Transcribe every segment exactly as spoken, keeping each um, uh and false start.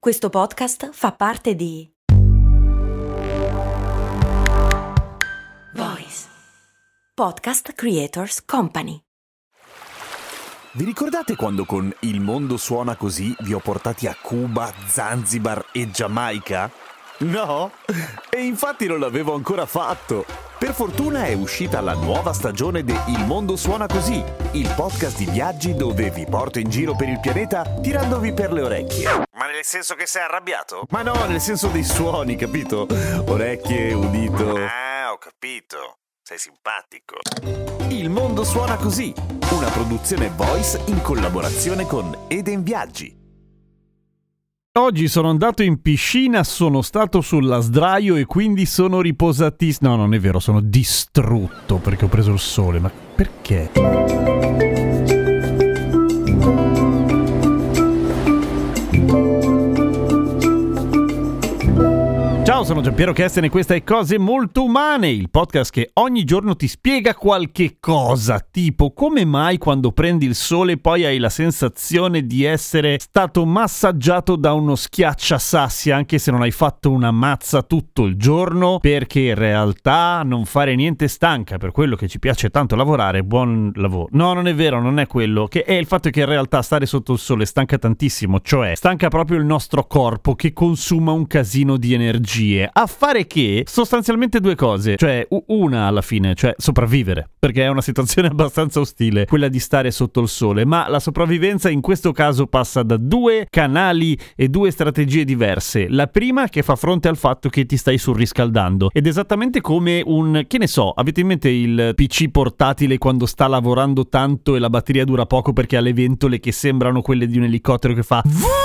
Questo podcast fa parte di Voice Podcast Creators Company. Vi ricordate quando con Il mondo suona così vi ho portati a Cuba, Zanzibar e Giamaica? No? E infatti non l'avevo ancora fatto. Per fortuna è uscita la nuova stagione di Il mondo suona così, il podcast di viaggi dove vi porto in giro per il pianeta tirandovi per le orecchie. Ma nel senso che sei arrabbiato? Ma no, nel senso dei suoni, capito? Orecchie, udito. Ah, ho capito. Sei simpatico. Il mondo suona così, una produzione Voice in collaborazione con Eden Viaggi. Oggi sono andato in piscina, sono stato sulla sdraio e quindi sono riposatissimo. No, non è vero, sono distrutto perché ho preso il sole. Ma perché? Ciao, sono Giampiero Kesten e questa è Cose Molto Umane, il podcast che ogni giorno ti spiega qualche cosa, tipo come mai quando prendi il sole poi hai la sensazione di essere stato massaggiato da uno schiacciasassi anche se non hai fatto una mazza tutto il giorno, perché in realtà non fare niente stanca, per quello che ci piace tanto lavorare, buon lavoro. No, non è vero, non è quello, che è il fatto che in realtà stare sotto il sole stanca tantissimo, cioè stanca proprio il nostro corpo che consuma un casino di energia. A fare che sostanzialmente due cose, cioè una alla fine, cioè sopravvivere, perché è una situazione abbastanza ostile quella di stare sotto il sole, ma la sopravvivenza in questo caso passa da due canali e due strategie diverse. La prima che fa fronte al fatto che ti stai surriscaldando ed esattamente come un, che ne so, avete in mente il P C portatile quando sta lavorando tanto e la batteria dura poco perché ha le ventole che sembrano quelle di un elicottero che fa...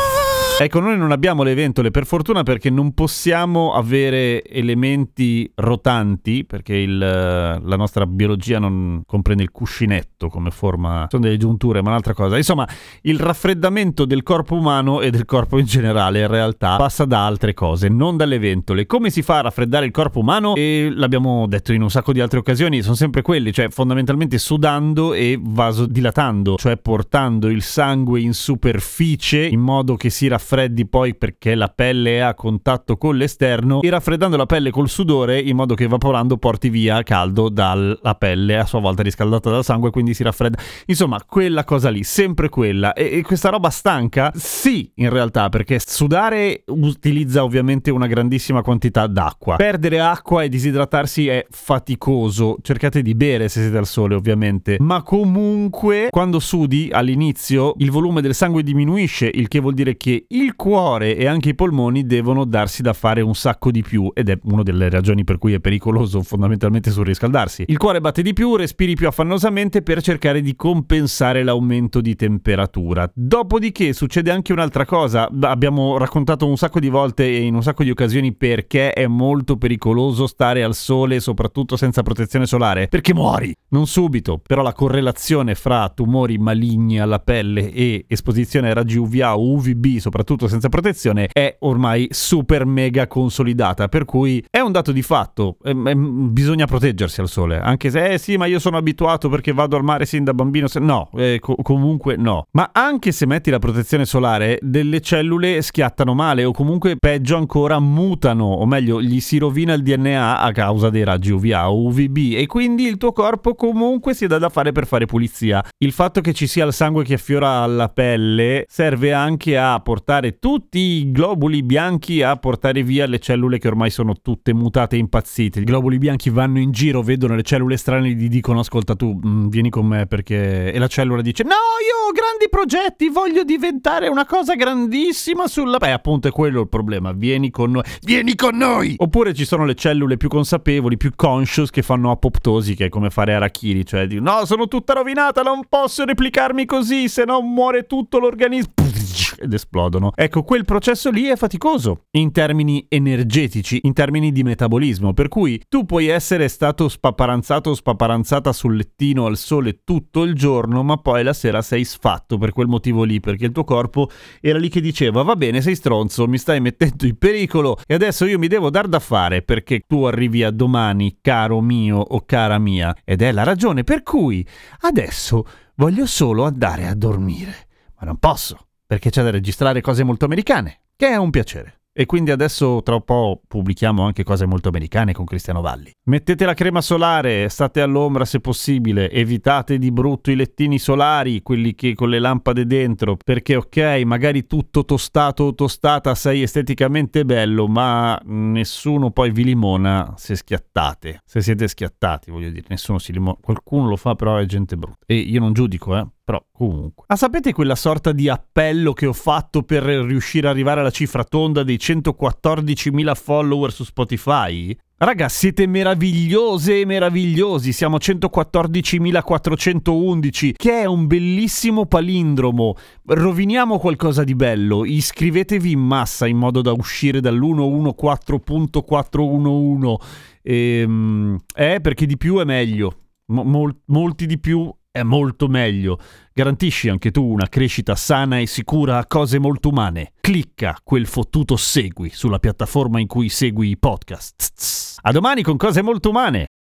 Ecco, noi non abbiamo le ventole per fortuna perché non possiamo avere elementi rotanti perché il, la nostra biologia non comprende il cuscinetto come forma, sono delle giunture, ma un'altra cosa. Insomma, il raffreddamento del corpo umano e del corpo in generale in realtà passa da altre cose, non dalle ventole. Come si fa a raffreddare il corpo umano? E l'abbiamo detto in un sacco di altre occasioni, sono sempre quelli, cioè fondamentalmente sudando e vasodilatando, cioè portando il sangue in superficie in modo che si raffreddi freddi poi perché la pelle è a contatto con l'esterno e raffreddando la pelle col sudore in modo che evaporando porti via caldo dalla pelle a sua volta riscaldata dal sangue, quindi si raffredda. Insomma, quella cosa lì, sempre quella. E, e questa roba stanca? Sì, in realtà, perché sudare utilizza ovviamente una grandissima quantità d'acqua. Perdere acqua e disidratarsi è faticoso. Cercate di bere se siete al sole, ovviamente. Ma comunque, quando sudi all'inizio, il volume del sangue diminuisce, il che vuol dire che il cuore e anche i polmoni devono darsi da fare un sacco di più ed è una delle ragioni per cui è pericoloso fondamentalmente surriscaldarsi. Il cuore batte di più, respiri più affannosamente per cercare di compensare l'aumento di temperatura. Dopodiché succede anche un'altra cosa, abbiamo raccontato un sacco di volte e in un sacco di occasioni perché è molto pericoloso stare al sole, soprattutto senza protezione solare, perché muori, non subito, però la correlazione fra tumori maligni alla pelle e esposizione ai raggi U V A o U V B, soprattutto senza protezione, è ormai super mega consolidata, per cui è un dato di fatto, eh, eh, bisogna proteggersi al sole, anche se eh sì ma io sono abituato perché vado al mare sin da bambino, se... no, eh, co- comunque no, ma anche se metti la protezione solare delle cellule schiattano male o comunque peggio ancora mutano, o meglio gli si rovina il D N A a causa dei raggi U V A o U V B e quindi il tuo corpo comunque si dà da fare per fare pulizia. Il fatto che ci sia il sangue che affiora alla pelle serve anche a portare tutti i globuli bianchi a portare via le cellule che ormai sono tutte mutate e impazzite. I globuli bianchi vanno in giro, vedono le cellule strane e gli dicono ascolta tu mh, vieni con me perché... e la cellula dice no, io ho grandi progetti, voglio diventare una cosa grandissima sulla... Beh, appunto è quello il problema, vieni con noi, vieni con noi! Oppure ci sono le cellule più consapevoli, più conscious, che fanno apoptosi, che è come fare harakiri, cioè di no, sono tutta rovinata, non posso replicarmi così, se no muore tutto l'organismo ed esplodono. Ecco, quel processo lì è faticoso in termini energetici, in termini di metabolismo, per cui tu puoi essere stato spaparanzato o spaparanzata sul lettino al sole tutto il giorno, ma poi la sera sei sfatto per quel motivo lì, perché il tuo corpo era lì che diceva va bene, sei stronzo, mi stai mettendo in pericolo e adesso io mi devo dar da fare perché tu arrivi a domani, caro mio o cara mia, ed è la ragione per cui adesso voglio solo andare a dormire, ma non posso perché c'è da registrare cose molto americane che è un piacere. E quindi adesso tra un po' pubblichiamo anche cose molto americane con Cristiano Valli. Mettete la crema solare, state all'ombra se possibile, evitate di brutto i lettini solari, quelli che con le lampade dentro, perché ok, magari tutto tostato o tostata sei esteticamente bello, ma nessuno poi vi limona se schiattate, se siete schiattati, voglio dire, nessuno si limona, qualcuno lo fa però è gente brutta. E io non giudico, eh. Però comunque. Ah, sapete quella sorta di appello che ho fatto per riuscire ad arrivare alla cifra tonda dei centoquattordicimila follower su Spotify? Raga, siete meravigliose e meravigliosi, siamo centoquattordicimilaquattrocentoundici, che è un bellissimo palindromo. Roviniamo qualcosa di bello, iscrivetevi in massa in modo da uscire dall'uno-uno-quattro punto quattrocentoundici. Ehm, eh, perché di più è meglio, Mol- molti di più è molto meglio. Garantisci anche tu una crescita sana e sicura a Cose Molto Umane. Clicca quel fottuto segui sulla piattaforma in cui segui i podcast. A domani con Cose Molto Umane!